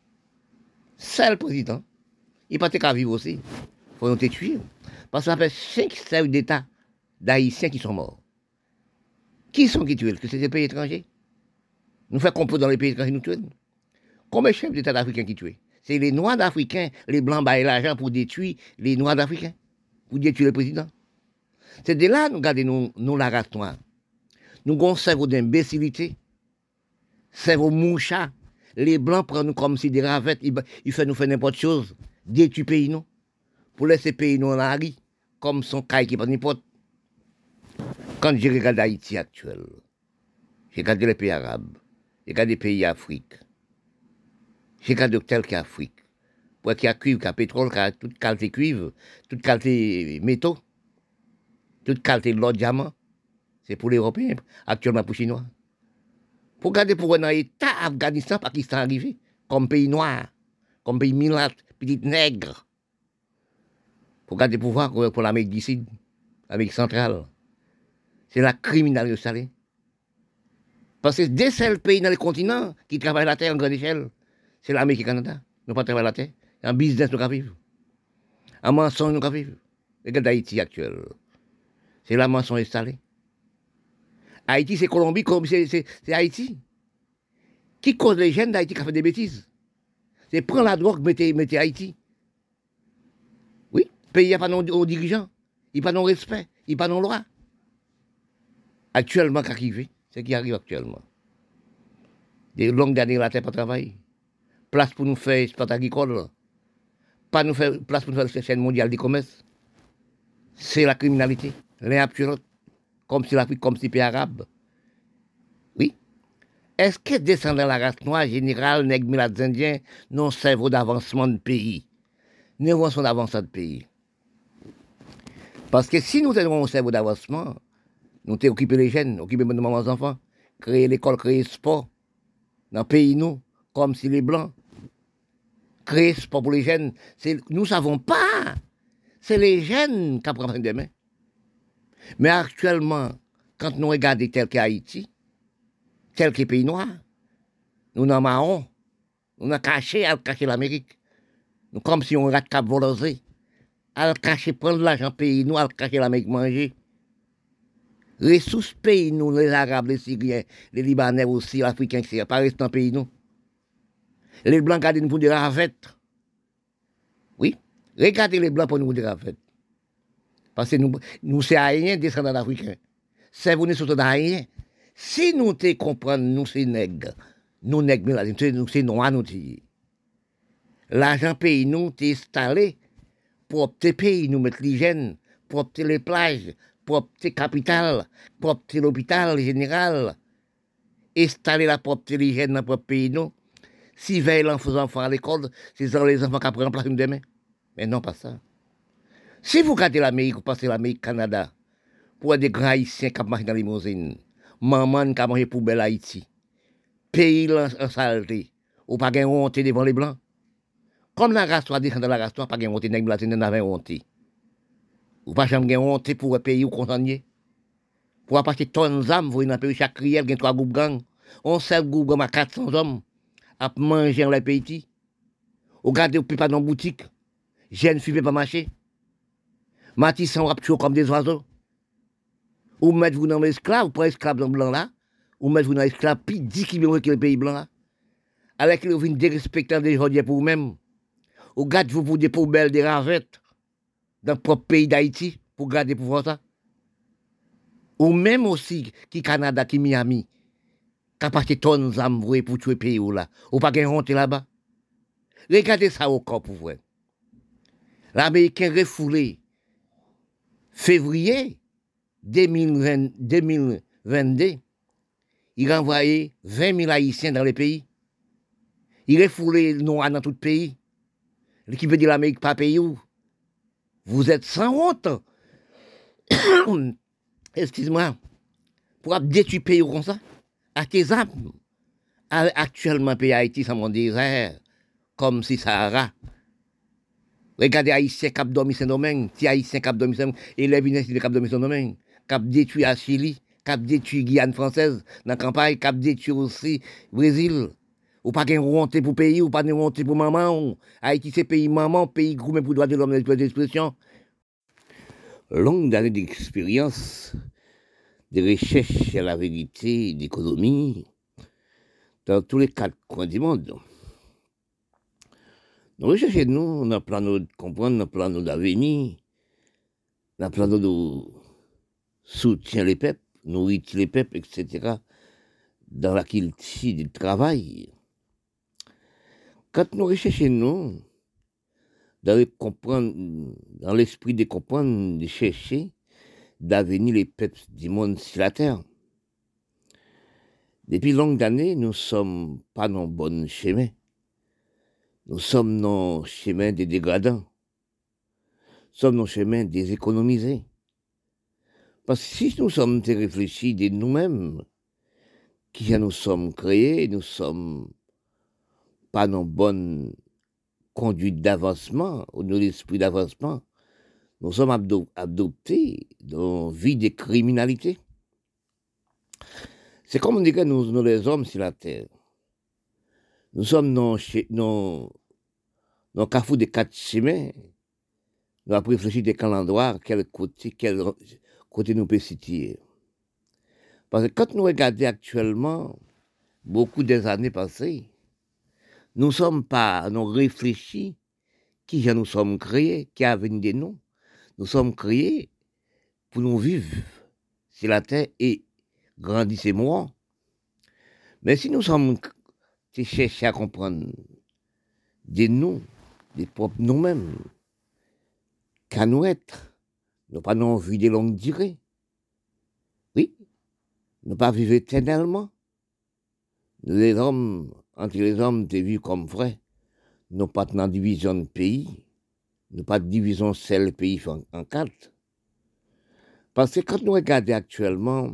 Seul président. Il pas qu'à vivre aussi. Il faut nous tuer. Parce que ça fait cinq chefs d'État d'Haïtiens qui sont morts. Qui sont qui tuent? Que c'est des pays étrangers. Nous faisons complot dans les pays étrangers, nous tuons. Combien de chefs d'État d'Africains qui tuent? C'est les Noirs d'Africains, les Blancs baillent l'argent pour détruire les Noirs d'Africains, pour détruire le président. C'est de là, nous gardons nous, nous la race noire. Nous avons un cerveau d'imbécilité, cerveau moucha. Les Blancs prennent nous comme si des ravettes, ils, ils font nous faire n'importe chose, détruire le pays, nous, pour laisser le pays nous en arrière, comme son caille qui n'est pas n'importe. Quand je regarde Haïti actuel, je regarde les pays arabes, je regarde les pays d'Afrique, je regarde tel qu'Afrique, pour qu'il y a cuivre, qu'il y a pétrole, qu'il y a toute qualité cuivre, toute qualité métaux, toute qualité de l'or, diamant, c'est pour les Européens, actuellement pour les Chinois. Pour regarder pour un État, Afghanistan, Pakistan arrivé, comme pays noir, comme pays milâtre, petit nègre. Pour regarder pouvoir pour l'Amérique du Sud, l'Amérique centrale. C'est la criminalité salée. Parce que des seuls pays dans le continent qui travaillent la terre en grande échelle, c'est l'Amérique et le Canada. Nous ne pas travailler la terre. En business, nous ne vivre. En mensonge, nous ne vivre. Regarde Haïti actuel. C'est la mensonge installée. Haïti, c'est Colombie, c'est Haïti. Qui cause les jeunes d'Haïti qui font des bêtises? C'est prendre la drogue, mettez, mettez Haïti. Oui, le pays n'a pas de dirigeants, il n'y a pas de respect, il n'y a pas de loi. Actuellement, qu'est-ce qui arrive? C'est ce qui arrive actuellement. Des longues années, la terre pas travailler. Place pour nous faire sport agricole. Pas nous faire place pour nous faire la chaîne mondiale du commerce. C'est la criminalité. L'un après l'autre. Comme si l'Afrique, comme si les pays arabes. Oui. Est-ce que descendant la race noire, général, nègres, mulâtres, indiens, non cerveau d'avancement de pays? Nous avons d'avancement de pays. Parce que si nous avons un cerveau d'avancement, nous avons occupé les jeunes, occupé nos mamans enfants, créer l'école, créer le sport, dans le pays, nous, comme si les blancs, créer le sport pour les jeunes, nous ne savons pas. C'est les jeunes qui apprennent demain. Mais actuellement, quand nous regardons tel qu'Haïti, tel que les pays noirs, nous n'en marron, nous n'en caché, à cacher l'Amérique. Nous comme si on rate cap volosé, à cacher, prendre l'argent pays nous, à cacher l'Amérique manger. Ressources pays nous, les Arabes, les Syriens, les Libanais aussi, les Africains, et cetera, pas restant pays nous. Les Blancs gardent nous pour des ravettes. Oui, regardez les Blancs pour nous des ravettes. Parce que nous, nous c'est haïtiens, descendants d'Africains. C'est vous, nous sommes haïtiens. Si nous te comprenons, nous c'est nègres, nous nègres, nous c'est noirs, nous sommes. L'argent pays nous t'est installé pour opter pays, nous mettre l'hygiène, pour opter les plages, pour opter capitale, pour opter l'hôpital général. Installer la propre l'hygiène dans le propre pays nous. Si veille l'enfant enfants à l'école, c'est les enfants qui apprennent place demain. Mais non, pas ça. Si vous regardez l'Amérique, vous passez l'Amérique, Canada, pour des grands haïtiens qui marchent dans les limousines, maman qui a mangé poubelle Haïti, pays en saleté, ou pas de honte devant les Blancs. Comme la race soit descend dans la race, pas de honte, nègre latine n'avait honte. Ou pas jamais honte pour un pays ou condamné. Pour passer tonnes d'âmes, vous voyez dans le pays, chaque riel, il y a trois groupes gangs. On seul groupe gang à quatre cents hommes à manger dans le pays. Ou regardez, vous ne pouvez pas dans la boutique. Jeunes filles ne pas marcher. Matissan, on toujours comme des oiseaux. Ou mettez-vous dans l'esclave, vous prenez l'esclave dans le blanc là. Ou mettez-vous dans l'esclave, puis dix kilomètres que le pays blanc là. Alors que vous venez dérespectant des gens pour vous-même. Ou gardez-vous pour des poubelles, des ravettes dans le propre pays d'Haïti, pour garder pour voir ça. Ou même aussi, qui Canada, qui Miami, qui a passé tonnes d'âmes pour tuer le pays là. Ou pas de honte là-bas. Regardez ça au corps pour vous. L'Américain refoulé, février deux mille vingt-deux, il a envoyé vingt mille Haïtiens dans le pays. Il refoulé noirs dans tout le pays. Qui veut dire l'Amérique pas pays où? Vous êtes sans honte. Excuse-moi. Pour détruire le pays comme ça, à tes âmes. Actuellement, le pays Haïti, c'est mon désert, comme si Sahara. Regardez Haïtien qui a dormi Saint-Domingue, si Haïtien qui a dormi Saint-Domingue, et les Vinés qui a dormi Saint-Domingue, qui a détruit à Chili, qui cap détruit Guyane française, dans la campagne, cap détruit aussi Brésil. Ou pas qu'un honte pour pays, ou pas qu'un honte pour maman. Ou Haïti, c'est pays maman, pays gros, pour droit de l'homme, d'expression. Longue d'années d'expérience, de recherche sur la vérité, d'économie, dans tous les quatre coins du monde. Nous recherchons, nous, dans le plan de comprendre, dans le plan d'avenir, dans le plan de soutien les peuples, nourrir les peuples, et cetera, dans la culture du travail. Quand nous recherchons, nous, dans, le comprendre, dans l'esprit de comprendre, de chercher, d'avenir les peuples du monde sur la terre. Depuis longues années, nous ne sommes pas dans le bon chemin. Nous sommes dans le chemin des dégradants. Nous sommes dans le chemin des économisés. Parce que si nous sommes réfléchis de nous-mêmes, qui nous sommes créés, nous ne sommes pas dans bonne conduite d'avancement, ou dans l'esprit d'avancement, nous sommes adoptés dans une vie de criminalité. C'est comme on dirait nous, nous les hommes sur la terre. Nous sommes dans le carrefour des quatre chemins. Nous avons réfléchi de quel endroit, quel côté, quel côté nous pouvons situer. Parce que quand nous regardons actuellement, beaucoup des années passées, nous ne sommes pas, nous réfléchis qui nous sommes créés, qui a venu de nous. Nous sommes créés pour nous vivre sur la terre et grandir ces mois. Mais si nous sommes cherchés à comprendre de nous, des propres nous-mêmes, qu'à nous être, nous pas non vie de longue durée. Oui, nous pas vivre éternellement. Nous, les hommes, entre les hommes, t'es vus comme frères. Nous pas dans division de pays. Nous pas de division seul pays en, en quatre. Parce que quand nous regardons actuellement,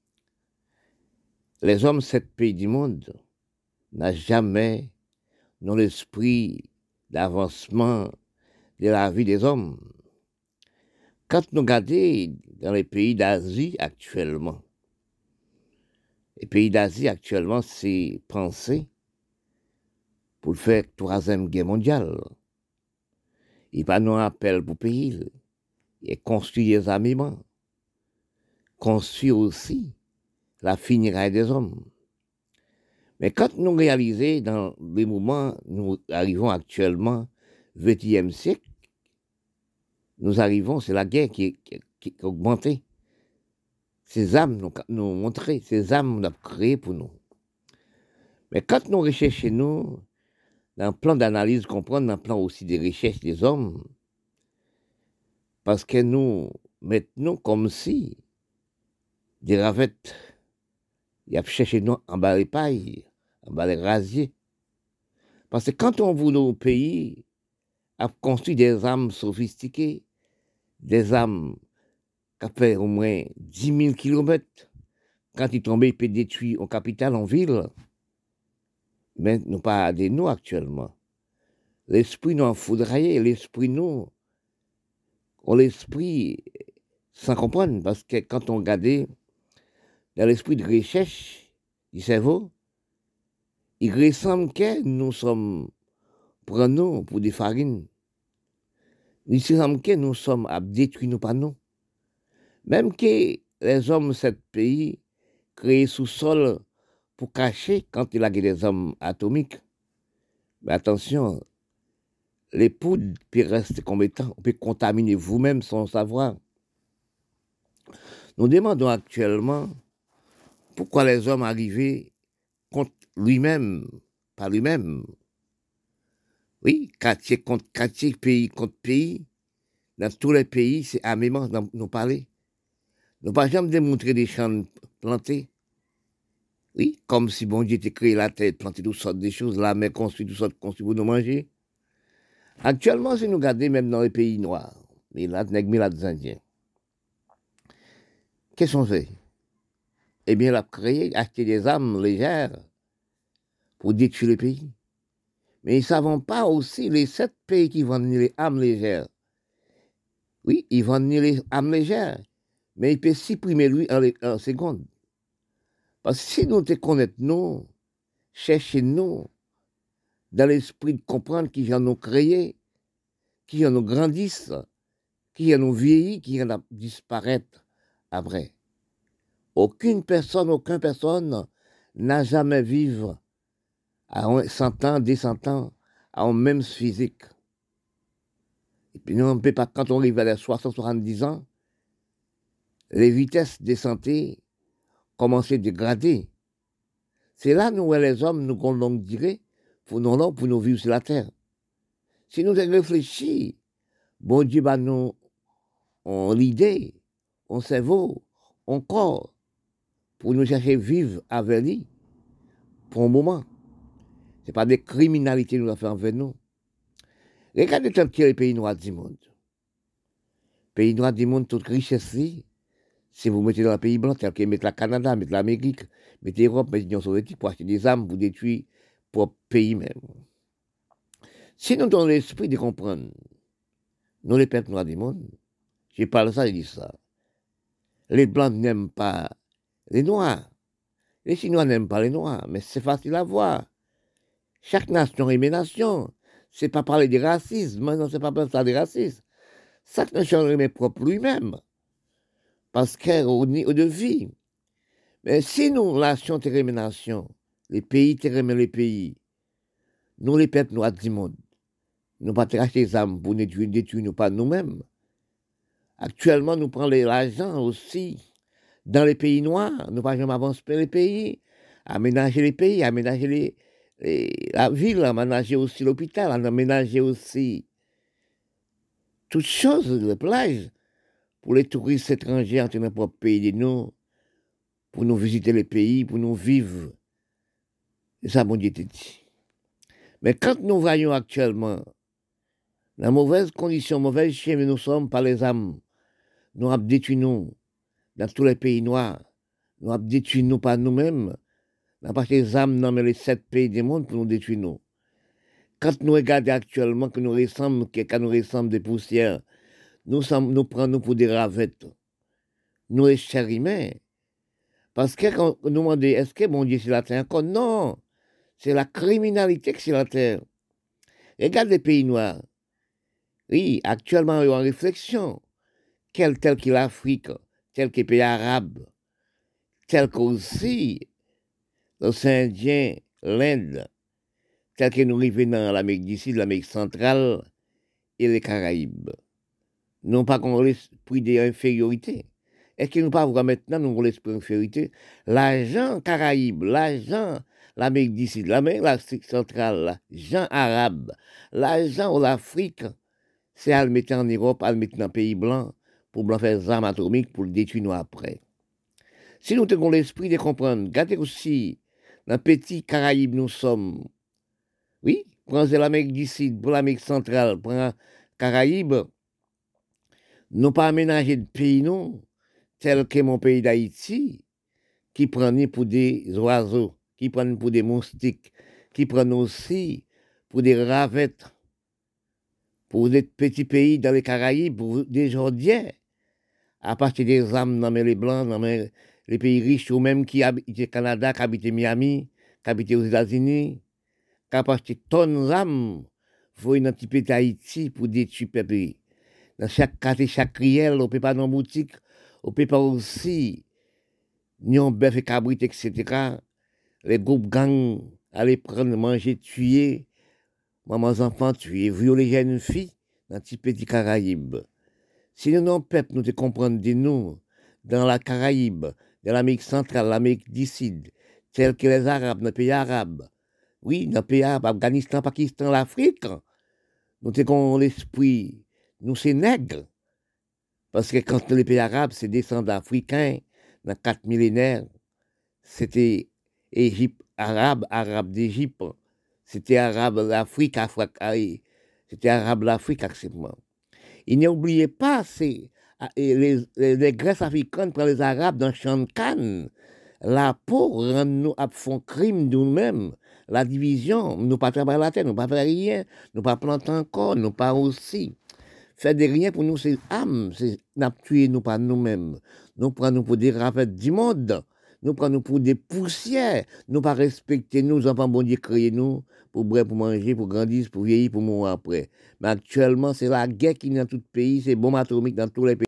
les hommes, sept pays du monde, n'ont jamais, dans l'esprit d'avancement de la vie des hommes. Quand nous regardons dans les pays d'Asie actuellement, les pays d'Asie actuellement, c'est penser pour le faire troisième guerre mondiale. Il n'y a pas de appel pour pays. Il construit des armements. Construit aussi la finiraille des hommes. Mais quand nous réalisons dans les moments, nous arrivons actuellement au vingtième siècle, nous arrivons, c'est la guerre qui, qui, qui a augmenté. Ces âmes nous, nous montré, ces âmes nous ont créé pour nous. Mais quand nous recherchons, nous, dans le plan d'analyse, comprendre, dans le plan aussi des recherches des hommes, parce que nous mettons comme si des ravettes, ils ont cherché nous en bas les pailles, en bas les rasiers. Parce que quand on voit nos pays, a construit des armes sophistiquées, des armes qui ont fait au moins dix mille kilomètres. Quand ils tombaient, ils peuvent détruire en capitale, en ville. Mais nous pas de nous actuellement. L'esprit nous a foudroyé, l'esprit nous, on l'esprit sans comprendre, parce que quand on regardait dans l'esprit de recherche du cerveau, il ressemble que nous sommes prenons pour des farines. Il semble que nous sommes à détruire nos panneaux. Même que les hommes de ce pays créés sous sol pour cacher quand il y a des hommes atomiques. Mais attention, les poudres peuvent rester compétents, on peut contaminer vous-même sans savoir. Nous demandons actuellement pourquoi les hommes arrivés contre lui-même, pas lui-même. Oui, quartier contre quartier, pays contre pays. Dans tous les pays, c'est armément dans nous parler. Nous ne pas jamais démontrer des champs plantés. Oui, comme si bon Dieu était créé la terre, planté toutes sortes de choses, la mer construit toutes sortes de construits pour nous manger. Actuellement, si nous regardons même dans les pays noirs, mais là, mais là, des Indiens, qu'est-ce qu'on fait? Eh bien, on a créé, acheté des armes légères pour détruire les pays. Mais ils ne savent pas aussi les sept pays qui vendent les armes légères. Oui, ils vendent les armes légères. mais il peut supprimer lui en, en seconde. Parce que si nous te connaissons, nous, chercher nous, dans l'esprit de comprendre qui en ont créé, qui en ont grandissent, qui en ont vieilli, qui en ont disparaître après. Aucune personne, aucune personne n'a jamais vivre à cent ans, deux cents ans, en même physique. Et puis nous, on ne peut pas, quand on arrive à les soixante, soixante-dix ans, les vitesses de santé commencent à dégrader. C'est là, nous, les hommes, nous avons longue durée pour nous, pour nous vivre sur la terre. Si nous réfléchissons, bon Dieu, bah, nous, on l'idée, on cerveau, on corps, pour nous chercher à vivre avec lui, pour un moment. Ce n'est pas des criminalités que nous avons fait envers nous. Regardez tant qu'il y a les pays noirs du monde. Pays noirs du monde, toute richesse, si vous mettez dans le pays blanc, tel que mettre le Canada, mettre l'Amérique, mettre l'Europe, mettre l'Union soviétique pour acheter des armes, pour détruire pour pays même. Si nous avons l'esprit de comprendre, nous les peuples noirs du monde, je parle ça, je dis ça. Les blancs n'aiment pas les noirs. Les Chinois n'aiment pas les noirs, mais c'est facile à voir. Chaque nation est une nation. C'est pas parler de racisme, non, c'est pas parler de racisme. Chaque nation est propre lui-même. Parce qu'au niveau de vie. Mais si nous, nation, terrain, nation, les pays, terrain, les pays, nous, les peuples noirs du monde, nous ne pas acheter des armes pour détruire, détruire nous pas nous-mêmes. Actuellement, nous prenons l'argent aussi dans les pays noirs. Nous ne pas jamais avancer les pays, aménager les pays, aménager les, les, la ville, aménager aussi l'hôpital, aménager aussi toutes choses, les plages, pour les touristes étrangers entre notre propre pays de nous, pour nous visiter les pays, pour nous vivre. Et ça, mon Dieu te dit. Mais quand nous voyons actuellement la mauvaise condition, mauvaise chien, nous sommes par les âmes, nous avons détruit nous dans tous les pays noirs, nous avons détruit nous par nous-mêmes, nous avons pas les âmes dans les sept pays du monde pour nous détruire nous. Quand nous regardons actuellement que nous ressemblons, que quand nous ressemblons des poussières, nous, sommes, nous prenons nous pour des ravettes. Nous les chers humains. Parce que quand nous demandons, est-ce que mon Dieu c'est la terre encore? Non, c'est la criminalité que c'est la terre. Regarde les pays noirs. Oui, actuellement, ils sont en réflexion. Quel tel que l'Afrique, tel que les pays arabes, tel qu'aussi l'océan Indien, l'Inde, tel que nous vivons dans l'Amérique du Sud, l'Amérique centrale et les Caraïbes. Non pas qu'on l'esprit d'infériorité. Est-ce que nous pas voir maintenant, nous avons l'esprit d'infériorité? L'argent Caraïbes, l'argent l'Amérique du Sud, l'Amérique centrale, l'argent arabe, l'argent de l'Afrique, c'est à le mettre en Europe, à le mettre dans les pays blancs, pour faire des armes atomiques, pour le détruire nous après. Si nous avons l'esprit de comprendre, regardez aussi, dans le petit Caraïbes, nous sommes, oui, prenez l'Amérique du Sud, pour l'Amérique centrale, prenez Caraïbes, nous pas aménager de pays, non, tel que mon pays d'Haïti, qui prennent pour des oiseaux, qui prennent pour des moustiques, qui prennent aussi pour des ravettes, pour des petits pays dans les Caraïbes, pour des Jordiens, à partir des âmes dans les Blancs, dans les pays riches, ou même qui habitent au Canada, qui habitent Miami, qui habitent aux États-Unis, qui partir tonnes d'âmes, faut dans petit pays d'Haïti pour détruire le pays. Dans chaque quartier, chaque crielle, on ne peut pas dans la boutique, on ne peut pas aussi, ni on bœuf et cabrit, et cetera. Les groupes gangs allaient prendre, manger, tuer, mamans enfants tuer, violer jeunes filles dans petit petit Caraïbes. Si nous, non, peuple, nous te comprenons de nous, dans la Caraïbe, dans l'Amérique centrale, l'Amérique du Sud, tels que les Arabes, dans les pays arabes, oui, dans les pays arabes, Afghanistan, Pakistan, l'Afrique, nous avons l'esprit, nous c'est nègres. Parce que quand les pays arabes, c'est descendants africains, dans quatre millénaires, c'était Égypte, arabe, arabe d'Égypte, c'était arabe d'Afrique, c'était arabe d'Afrique, actuellement. Il n'oubliez pas, c'est les, les, les Grèces africaines pour les Arabes dans le champ de Cannes. La peau rend nous à font crime nous-mêmes. La division, nous pas travailler la terre, nous pas faire rien, nous pas planter encore, nous pas aussi Faire des rien pour nous, c'est âme. C'est n'a tué nous pas nous-mêmes. Nous prenons nous pour des rafettes du monde. Nous prenons nous pour des poussières. Nous pas respecter nous, enfants, bon Dieu, créer nous pour boire, pour manger, pour grandir, pour vieillir, pour mourir après. Mais actuellement, c'est la guerre qui est dans tout le pays, c'est bombe atomique dans tous les pays.